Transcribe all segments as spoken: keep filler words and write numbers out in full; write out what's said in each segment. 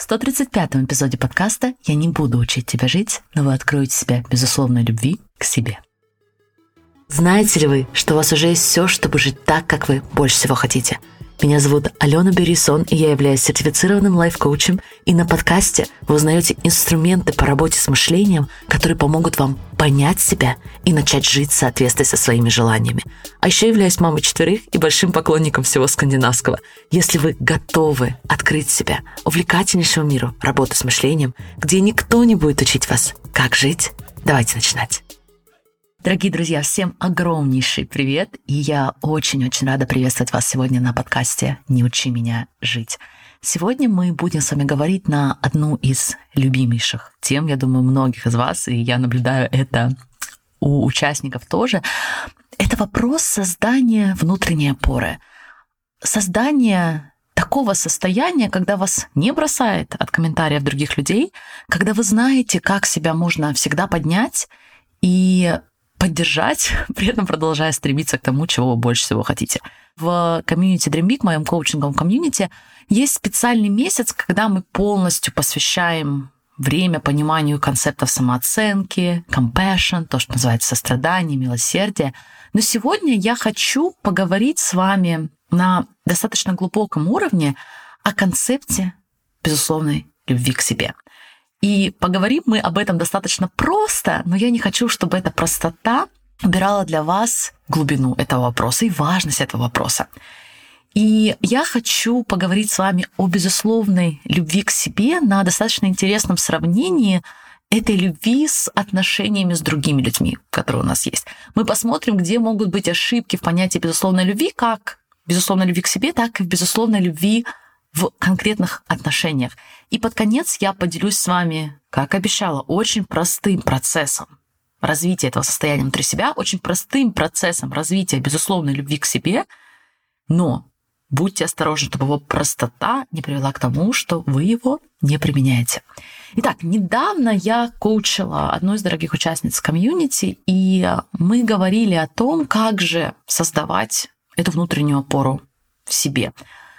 сто тридцать пятом эпизоде подкаста «Я не буду учить тебя жить, но вы откроете себя безусловной любви к себе». Знаете ли вы, что у вас уже есть все, чтобы жить так, как вы больше всего хотите? Меня зовут Алена Берисон, и я являюсь сертифицированным лайф-коучем, и на подкасте вы узнаете инструменты по работе с мышлением, которые помогут вам понять себя и начать жить в соответствии со своими желаниями. А еще являюсь мамой четверых и большим поклонником всего скандинавского. Если вы готовы открыть себя увлекательнейшему миру работы с мышлением, где никто не будет учить вас, как жить, давайте начинать. Дорогие друзья, всем огромнейший привет, и я очень-очень рада приветствовать вас сегодня на подкасте «Не учи меня жить». Сегодня мы будем с вами говорить на одну из любимейших тем, я думаю, многих из вас, и я наблюдаю это у участников тоже. Это вопрос создания внутренней опоры, создания такого состояния, когда вас не бросает от комментариев других людей, когда вы знаете, как себя можно всегда поднять и поддержать, при этом продолжая стремиться к тому, чего вы больше всего хотите. В комьюнити Dream Big, в моем коучинговом комьюнити, есть специальный месяц, когда мы полностью посвящаем время пониманию концептов самооценки, compassion, то, что называется сострадание, милосердие. Но сегодня я хочу поговорить с вами на достаточно глубоком уровне о концепте безусловной любви к себе. И поговорим мы об этом достаточно просто, но я не хочу, чтобы эта простота убирала для вас глубину этого вопроса и важность этого вопроса. И я хочу поговорить с вами о безусловной любви к себе на достаточно интересном сравнении этой любви с отношениями с другими людьми, которые у нас есть. Мы посмотрим, где могут быть ошибки в понятии безусловной любви, как безусловной любви к себе, так и в безусловной любви в конкретных отношениях. И под конец я поделюсь с вами, как обещала, очень простым процессом развития этого состояния внутри себя, очень простым процессом развития безусловной любви к себе, но будьте осторожны, чтобы его простота не привела к тому, что вы его не применяете. Итак, недавно я коучила одну из дорогих участниц комьюнити, и мы говорили о том, как же создавать эту внутреннюю опору в себе.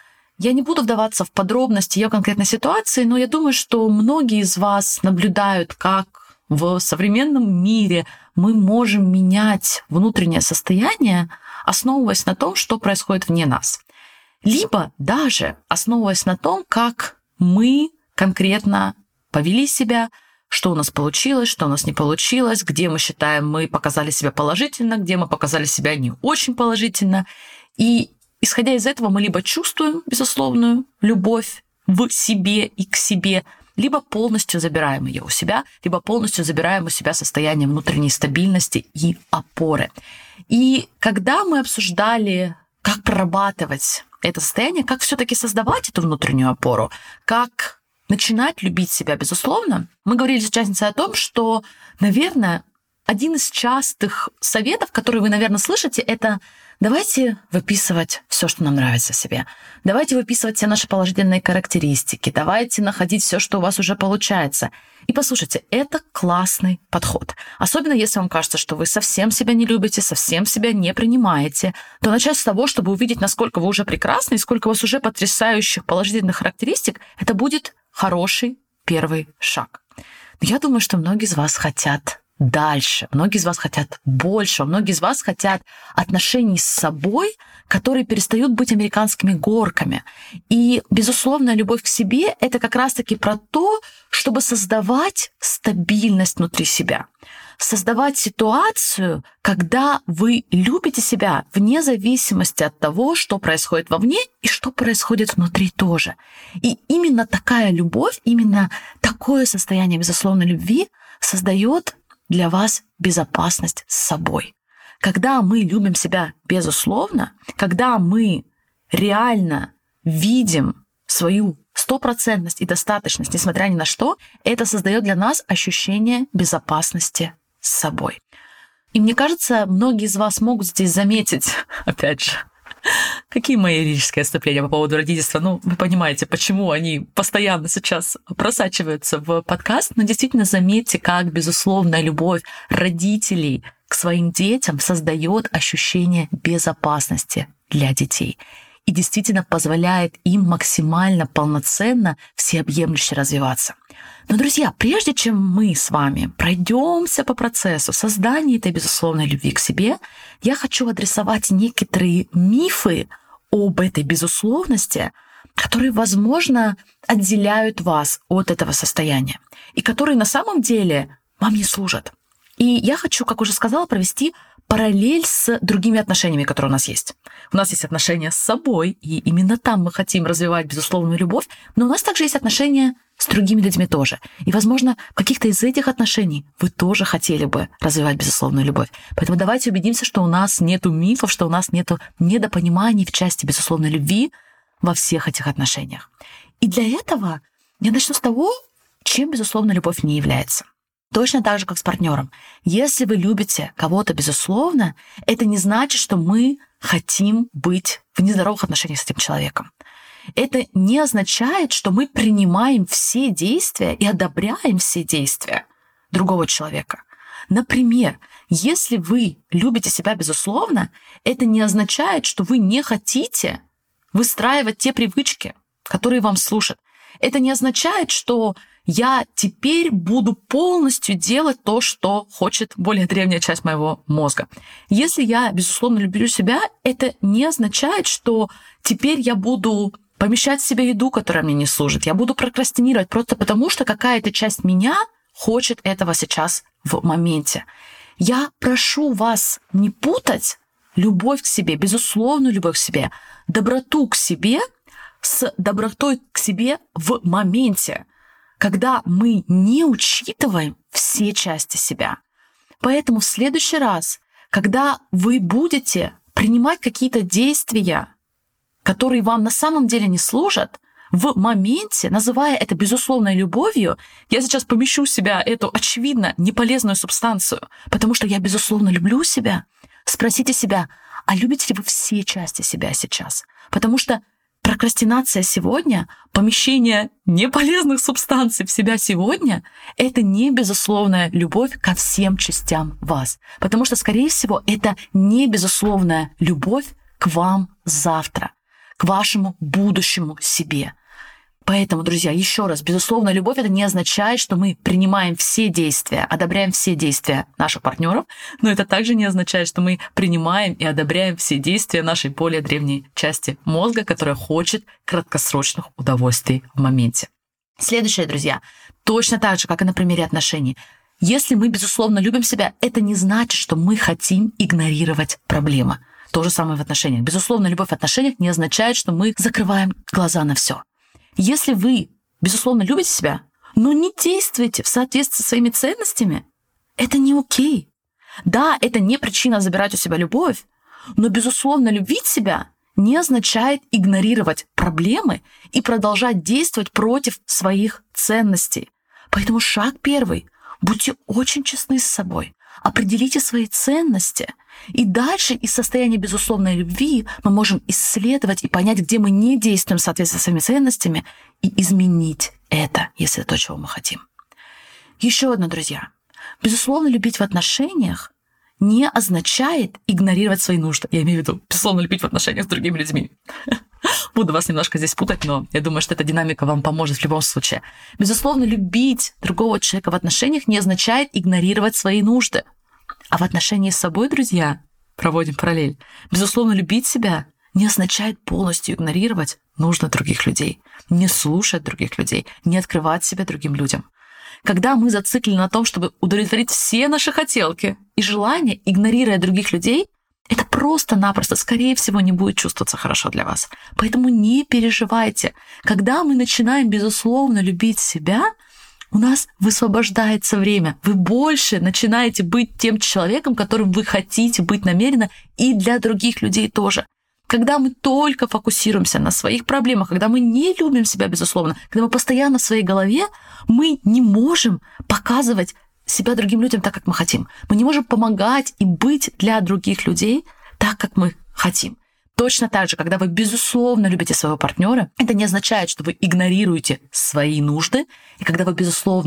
Я не буду вдаваться в подробности ее конкретной ситуации, но я думаю, что многие из вас наблюдают, как в современном мире мы можем менять внутреннее состояние, основываясь на том, что происходит вне нас. Либо даже основываясь на том, как мы конкретно повели себя, что у нас получилось, что у нас не получилось, где мы считаем, мы показали себя положительно, где мы показали себя не очень положительно. И исходя из этого, мы либо чувствуем безусловную любовь в себе и к себе, либо полностью забираем ее у себя, либо полностью забираем у себя состояние внутренней стабильности и опоры. И когда мы обсуждали, как прорабатывать это состояние, как все-таки создавать эту внутреннюю опору, как начинать любить себя безусловно, мы говорили с участницей о том, что, наверное, один из частых советов, которые вы, наверное, слышите, это давайте выписывать все, что нам нравится в себе. Давайте выписывать все наши положительные характеристики. Давайте находить все, что у вас уже получается. И послушайте, это классный подход. Особенно если вам кажется, что вы совсем себя не любите, совсем себя не принимаете, то начать с того, чтобы увидеть, насколько вы уже прекрасны и сколько у вас уже потрясающих положительных характеристик, это будет хороший первый шаг. Но я думаю, что многие из вас хотят дальше. Многие из вас хотят больше. Многие из вас хотят отношений с собой, которые перестают быть американскими горками. И, безусловно, любовь к себе — это как раз-таки про то, чтобы создавать стабильность внутри себя. Создавать ситуацию, когда вы любите себя вне зависимости от того, что происходит вовне и что происходит внутри тоже. И именно такая любовь, именно такое состояние безусловной любви создает для вас безопасность с собой. Когда мы любим себя безусловно, когда мы реально видим свою стопроцентность и достаточность, несмотря ни на что, это создает для нас ощущение безопасности с собой. И мне кажется, многие из вас могут здесь заметить, опять же, какие мои лирические отступления по поводу родительства. Ну, вы понимаете, почему они постоянно сейчас просачиваются в подкаст. Но действительно заметьте, как безусловная любовь родителей к своим детям создает ощущение безопасности для детей. и действительно позволяет им максимально полноценно, всеобъемлюще развиваться. Но, друзья, прежде чем мы с вами пройдемся по процессу создания этой безусловной любви к себе, я хочу адресовать некоторые мифы об этой безусловности, которые, возможно, отделяют вас от этого состояния и которые на самом деле вам не служат. И я хочу, как уже сказала, провести параллель с другими отношениями, которые у нас есть. У нас есть отношения с собой, и именно там мы хотим развивать безусловную любовь, но у нас также есть отношения с другими людьми тоже. И, возможно, в каких-то из этих отношений вы тоже хотели бы развивать безусловную любовь. Поэтому давайте убедимся, что у нас нету мифов, что у нас нету недопониманий в части безусловной любви во всех этих отношениях. И для этого я начну с того, чем безусловная любовь не является. Точно так же, как с партнером. Если вы любите кого-то безусловно, это не значит, что мы хотим быть в нездоровых отношениях с этим человеком. Это не означает, что мы принимаем все действия и одобряем все действия другого человека. Например, если вы любите себя безусловно, это не означает, что вы не хотите выстраивать те привычки, которые вам служат. Это не означает, что я теперь буду полностью делать то, что хочет более древняя часть моего мозга. Если я, безусловно, люблю себя, это не означает, что теперь я буду помещать в себя еду, которая мне не служит. Я буду прокрастинировать просто потому, что какая-то часть меня хочет этого сейчас в моменте. Я прошу вас не путать любовь к себе, безусловную любовь к себе, доброту к себе с добротой к себе в моменте, когда мы не учитываем все части себя. Поэтому в следующий раз, когда вы будете принимать какие-то действия, которые вам на самом деле не служат, в моменте, называя это безусловной любовью, я сейчас помещу в себя эту, очевидно, неполезную субстанцию, потому что я, безусловно, люблю себя. Спросите себя, а любите ли вы все части себя сейчас? Потому что прокрастинация сегодня, помещение неполезных субстанций в себя сегодня — это не безусловная любовь ко всем частям вас. Потому что, скорее всего, это не безусловная любовь к вам завтра, к вашему будущему себе. Поэтому, друзья, еще раз, безусловная любовь — это не означает, что мы принимаем все действия, одобряем все действия наших партнеров, но это также не означает, что мы принимаем и одобряем все действия нашей более древней части мозга, которая хочет краткосрочных удовольствий в моменте. Следующее, друзья, точно так же, как и на примере отношений. Если мы, безусловно, любим себя, это не значит, что мы хотим игнорировать проблемы. То же самое в отношениях. Безусловно, любовь в отношениях не означает, что мы закрываем глаза на все. Если вы, безусловно, любите себя, но не действуете в соответствии со своими ценностями, это не окей. Да, это не причина забирать у себя любовь, но, безусловно, любить себя не означает игнорировать проблемы и продолжать действовать против своих ценностей. Поэтому шаг первый. Будьте очень честны с собой. Определите свои ценности. И дальше из состояния безусловной любви мы можем исследовать и понять, где мы не действуем в соответствии со своими ценностями, и изменить это, если это то, чего мы хотим. Еще одно, друзья. Безусловно, любить в отношениях не означает игнорировать свои нужды. Я имею в виду, безусловно, любить в отношениях с другими людьми. Буду вас немножко здесь путать, но я думаю, что эта динамика вам поможет в любом случае. Безусловно, любить другого человека в отношениях не означает игнорировать свои нужды. А в отношении с собой, друзья, проводим параллель. Безусловно, любить себя не означает полностью игнорировать нужды других людей, не слушать других людей, не открывать себя другим людям. Когда мы зациклены на том, чтобы удовлетворить все наши хотелки и желания, игнорируя других людей, это просто-напросто, скорее всего, не будет чувствоваться хорошо для вас. Поэтому не переживайте. Когда мы начинаем, безусловно, любить себя, у нас высвобождается время. Вы больше начинаете быть тем человеком, которым вы хотите быть намеренно, и для других людей тоже. Когда мы только фокусируемся на своих проблемах, когда мы не любим себя, безусловно, когда мы постоянно в своей голове, мы не можем показывать себя другим людям так, как мы хотим. Мы не можем помогать и быть для других людей так, как мы хотим. Точно так же, когда вы, безусловно, любите своего партнера, это не означает, что вы игнорируете свои нужды. И когда вы, безусловно,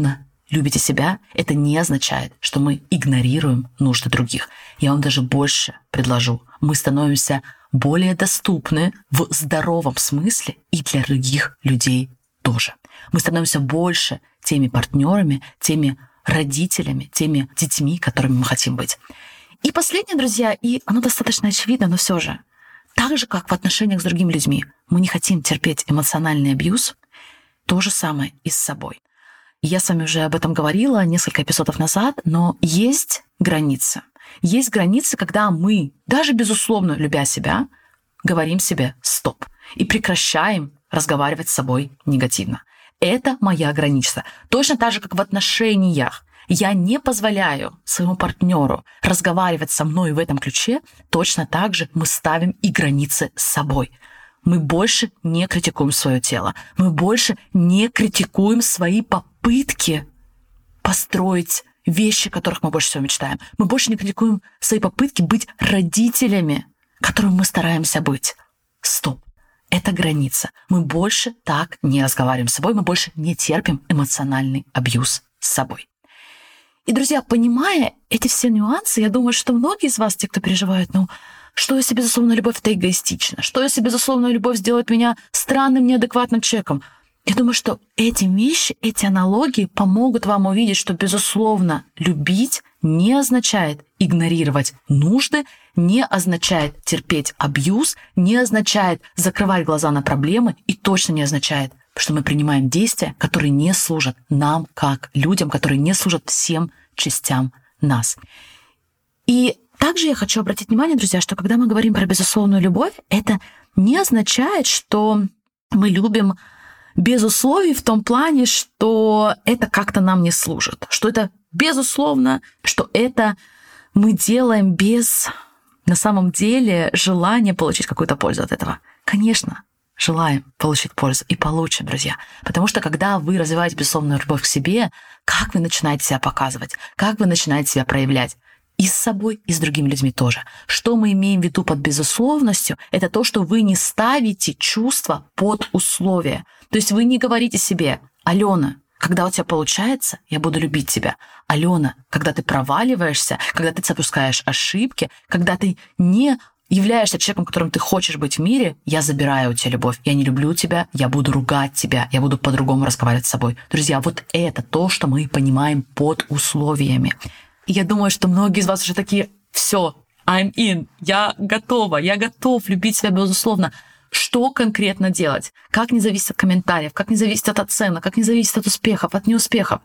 любите себя, это не означает, что мы игнорируем нужды других. Я вам даже больше предложу. Мы становимся более доступны в здоровом смысле и для других людей тоже. Мы становимся больше теми партнерами, теми родителями, теми детьми, которыми мы хотим быть. И последнее, друзья, и оно достаточно очевидно, но все же, так же, как в отношениях с другими людьми, мы не хотим терпеть эмоциональный абьюз, то же самое и с собой. Я с вами уже об этом говорила несколько эпизодов назад, но есть границы. Есть границы, когда мы, даже безусловно любя себя, говорим себе «стоп» и прекращаем разговаривать с собой негативно. Это моя граница. Точно так же, как в отношениях. Я не позволяю своему партнеру разговаривать со мной в этом ключе, точно так же мы ставим и границы с собой. Мы больше не критикуем свое тело. Мы больше не критикуем свои попытки построить вещи, которых мы больше всего мечтаем. Мы больше не критикуем свои попытки быть родителями, которыми мы стараемся быть. Стоп. Это граница. Мы больше так не разговариваем с собой, мы больше не терпим эмоциональный абьюз с собой. И, друзья, понимая эти все нюансы, я думаю, что многие из вас, те, кто переживают, ну, что если безусловная любовь — это эгоистично? Что если безусловная любовь сделает меня странным, неадекватным человеком? Я думаю, что эти вещи, эти аналогии помогут вам увидеть, что безусловно любить не означает игнорировать нужды, не означает терпеть абьюз, не означает закрывать глаза на проблемы и точно не означает, что мы принимаем действия, которые не служат нам как людям, которые не служат всем частям нас. И также я хочу обратить внимание, друзья, что когда мы говорим про безусловную любовь, это не означает, что мы любим без условий в том плане, что это как-то нам не служит, что это безусловно, что это мы делаем без, на самом деле, желания получить какую-то пользу от этого. Конечно, желаем получить пользу и получим, друзья. Потому что когда вы развиваете безусловную любовь к себе, как вы начинаете себя показывать, как вы начинаете себя проявлять, и с собой, и с другими людьми тоже. Что мы имеем в виду под безусловностью? Это то, что вы не ставите чувства под условия. То есть вы не говорите себе: «Алена, когда у тебя получается, я буду любить тебя. Алена, когда ты проваливаешься, когда ты допускаешь ошибки, когда ты не являешься человеком, которым ты хочешь быть в мире, я забираю у тебя любовь. Я не люблю тебя, я буду ругать тебя, я буду по-другому разговаривать с собой». Друзья, вот это то, что мы понимаем под условиями. И я думаю, что многие из вас уже такие: все, I'm in, я готова, я готов любить себя безусловно. Что конкретно делать? Как не зависеть от комментариев, как не зависеть от оценок, как не зависеть от успехов, от неуспехов.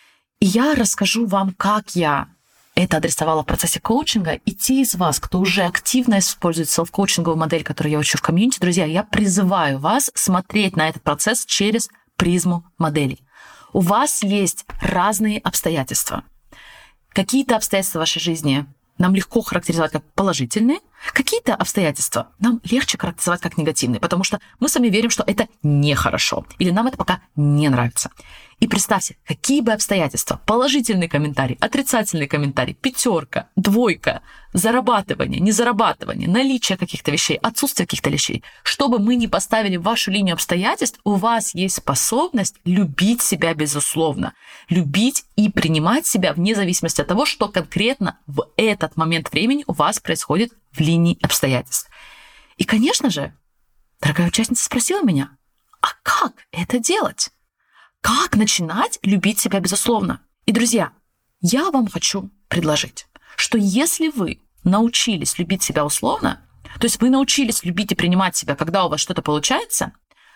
И я расскажу вам, как я это адресовала в процессе коучинга. И те из вас, кто уже активно использует селф-коучинговую модель, которую я учу в комьюнити, друзья, я призываю вас смотреть на этот процесс через призму моделей. У вас есть разные обстоятельства. Какие-то обстоятельства в вашей жизни нам легко характеризовать как положительные, какие-то обстоятельства нам легче характеризовать как негативные, потому что мы сами верим, что это нехорошо, или нам это пока не нравится. И представьте, какие бы обстоятельства: положительный комментарий, отрицательный комментарий, пятерка, двойка, зарабатывание, незарабатывание, наличие каких-то вещей, отсутствие каких-то вещей. Что бы мы ни поставили в вашу линию обстоятельств, у вас есть способность любить себя безусловно, любить и принимать себя вне зависимости от того, что конкретно в этот момент времени у вас происходит в линии обстоятельств. И, конечно же, дорогая участница спросила меня: а как это делать? Как начинать любить себя безусловно? И, друзья, я вам хочу предложить, что если вы научились любить себя условно, то есть вы научились любить и принимать себя, когда у вас что-то получается,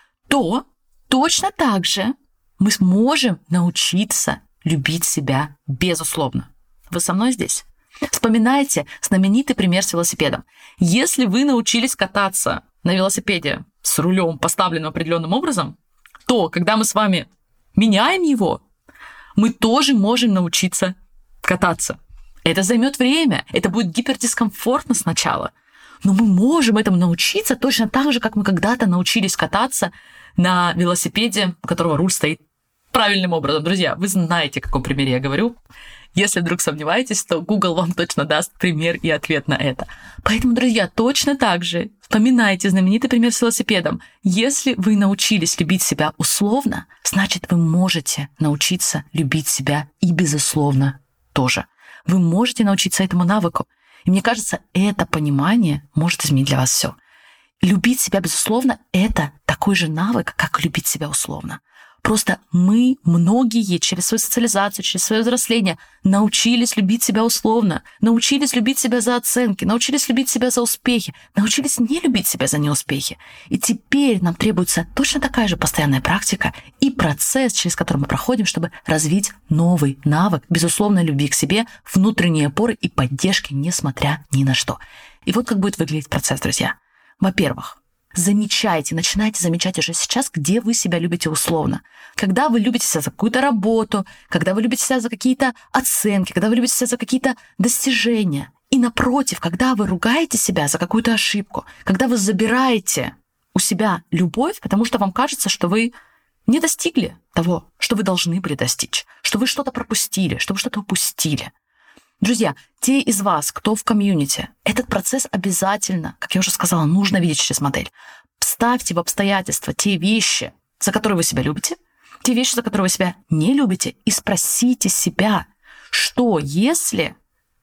то точно так же мы сможем научиться любить себя безусловно. Вы со мной здесь? Вспоминайте знаменитый пример с велосипедом. Если вы научились кататься на велосипеде с рулем, поставленным определенным образом, то, когда мы с вами меняем его, мы тоже можем научиться кататься. Это займет время, это будет гипердискомфортно сначала, но мы можем этому научиться точно так же, как мы когда-то научились кататься на велосипеде, у которого руль стоит правильным образом. Друзья, вы знаете, о каком примере я говорю. Если вдруг сомневаетесь, то Google вам точно даст пример и ответ на это. Поэтому, друзья, точно так же вспоминайте знаменитый пример с велосипедом. Если вы научились любить себя условно, значит, вы можете научиться любить себя и безусловно тоже. Вы можете научиться этому навыку. И мне кажется, это понимание может изменить для вас все. Любить себя безусловно — это такой же навык, как любить себя условно. Просто мы, многие, через свою социализацию, через свое взросление научились любить себя условно, научились любить себя за оценки, научились любить себя за успехи, научились не любить себя за неуспехи. И теперь нам требуется точно такая же постоянная практика и процесс, через который мы проходим, чтобы развить новый навык безусловной любви к себе, внутренние опоры и поддержки, несмотря ни на что. И вот как будет выглядеть процесс, друзья. Во-первых, замечайте, начинайте замечать уже сейчас, где вы себя любите условно. Когда вы любите себя за какую-то работу, когда вы любите себя за какие-то оценки, когда вы любите себя за какие-то достижения. И напротив, когда вы ругаете себя за какую-то ошибку, когда вы забираете у себя любовь, потому что вам кажется, что вы не достигли того, что вы должны были достичь, что вы что-то пропустили, что вы что-то упустили. Друзья, те из вас, кто в комьюнити, этот процесс обязательно, как я уже сказала, нужно видеть через модель. Вставьте в обстоятельства те вещи, за которые вы себя любите, те вещи, за которые вы себя не любите, и спросите себя, что если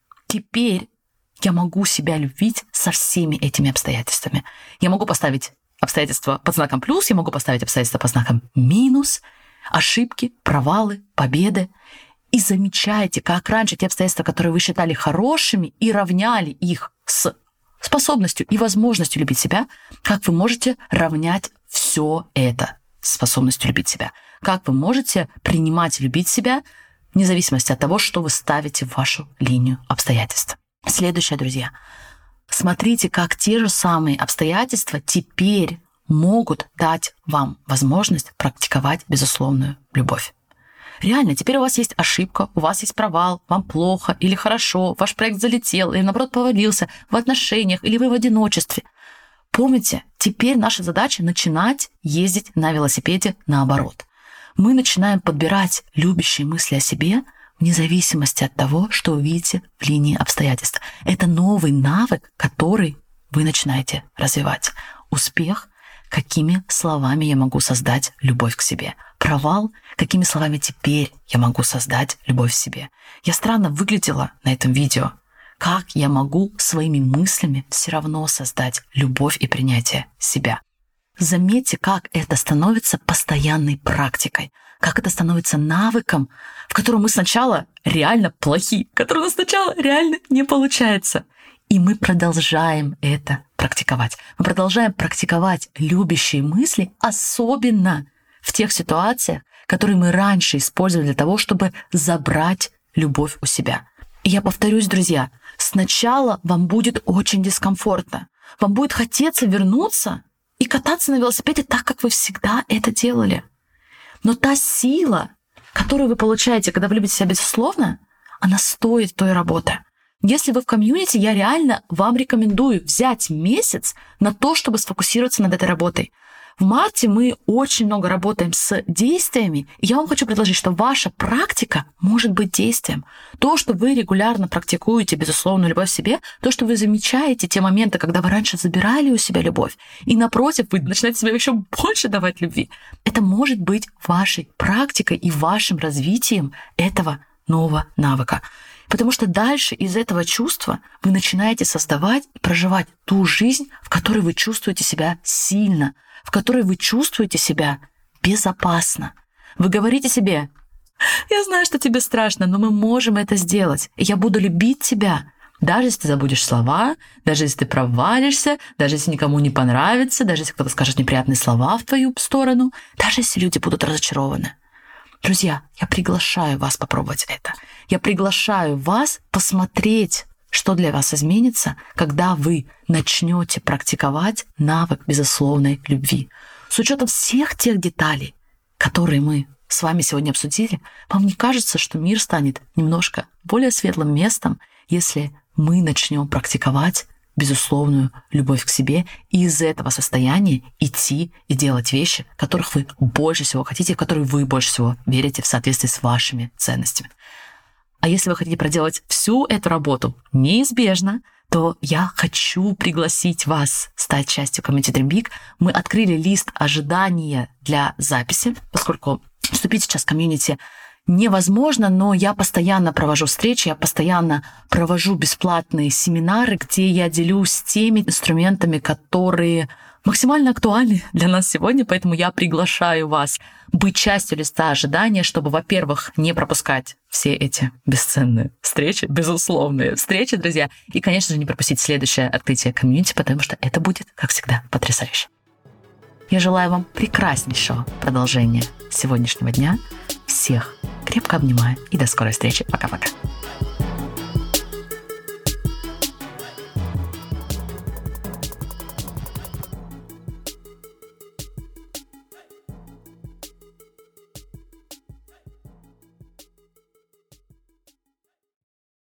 теперь я могу себя любить со всеми этими обстоятельствами. Я могу поставить обстоятельства под знаком плюс, я могу поставить обстоятельства под знаком минус, ошибки, провалы, победы. И замечайте, как раньше те обстоятельства, которые вы считали хорошими, и равняли их с способностью и возможностью любить себя, как вы можете равнять все это с способностью любить себя. Как вы можете принимать и любить себя вне зависимости от того, что вы ставите в вашу линию обстоятельств. Следующее, друзья. Смотрите, как те же самые обстоятельства теперь могут дать вам возможность практиковать безусловную любовь. Реально, теперь у вас есть ошибка, у вас есть провал, вам плохо или хорошо, ваш проект залетел или, наоборот, повалился в отношениях или вы в одиночестве. Помните, теперь наша задача начинать ездить на велосипеде наоборот. Мы начинаем подбирать любящие мысли о себе вне зависимости от того, что вы видите в линии обстоятельств. Это новый навык, который вы начинаете развивать. Успех — какими словами я могу создать любовь к себе. Провал — какими словами теперь я могу создать любовь к себе. Я странно выглядела на этом видео. Как я могу своими мыслями все равно создать любовь и принятие себя? Заметьте, как это становится постоянной практикой, как это становится навыком, в котором мы сначала реально плохи, который у нас сначала реально не получается. И мы продолжаем это практиковать. Мы продолжаем практиковать любящие мысли, особенно в тех ситуациях, которые мы раньше использовали для того, чтобы забрать любовь у себя. И я повторюсь, друзья, сначала вам будет очень дискомфортно. Вам будет хотеться вернуться и кататься на велосипеде так, как вы всегда это делали. Но та сила, которую вы получаете, когда вы любите себя безусловно, она стоит той работы. Если вы в комьюнити, я реально вам рекомендую взять месяц на то, чтобы сфокусироваться над этой работой. В марте мы очень много работаем с действиями, и я вам хочу предложить, что ваша практика может быть действием. То, что вы регулярно практикуете безусловную любовь к себе, то, что вы замечаете те моменты, когда вы раньше забирали у себя любовь, и напротив, вы начинаете себе еще больше давать любви, это может быть вашей практикой и вашим развитием этого нового навыка. Потому что дальше из этого чувства вы начинаете создавать и проживать ту жизнь, в которой вы чувствуете себя сильно, в которой вы чувствуете себя безопасно. Вы говорите себе: «Я знаю, что тебе страшно, но мы можем это сделать, и я буду любить тебя, даже если ты забудешь слова, даже если ты провалишься, даже если никому не понравится, даже если кто-то скажет неприятные слова в твою сторону, даже если люди будут разочарованы». Друзья, я приглашаю вас попробовать это. Я приглашаю вас посмотреть, что для вас изменится, когда вы начнете практиковать навык безусловной любви. С учетом всех тех деталей, которые мы с вами сегодня обсудили, вам не кажется, что мир станет немножко более светлым местом, если мы начнем практиковать безусловную любовь к себе и из этого состояния идти и делать вещи, которых вы больше всего хотите, в которые вы больше всего верите в соответствии с вашими ценностями. А если вы хотите проделать всю эту работу неизбежно, то я хочу пригласить вас стать частью комьюнити Dream Big. Мы открыли лист ожидания для записи, поскольку вступить сейчас в комьюнити невозможно, но я постоянно провожу встречи, я постоянно провожу бесплатные семинары, где я делюсь теми инструментами, которые максимально актуальны для нас сегодня, поэтому я приглашаю вас быть частью листа ожидания, чтобы, во-первых, не пропускать все эти бесценные встречи, безусловные встречи, друзья, и, конечно же, не пропустить следующее открытие комьюнити, потому что это будет, как всегда, потрясающе. Я желаю вам прекраснейшего продолжения сегодняшнего дня. Всех крепко обнимаю и до скорой встречи. Пока-пока.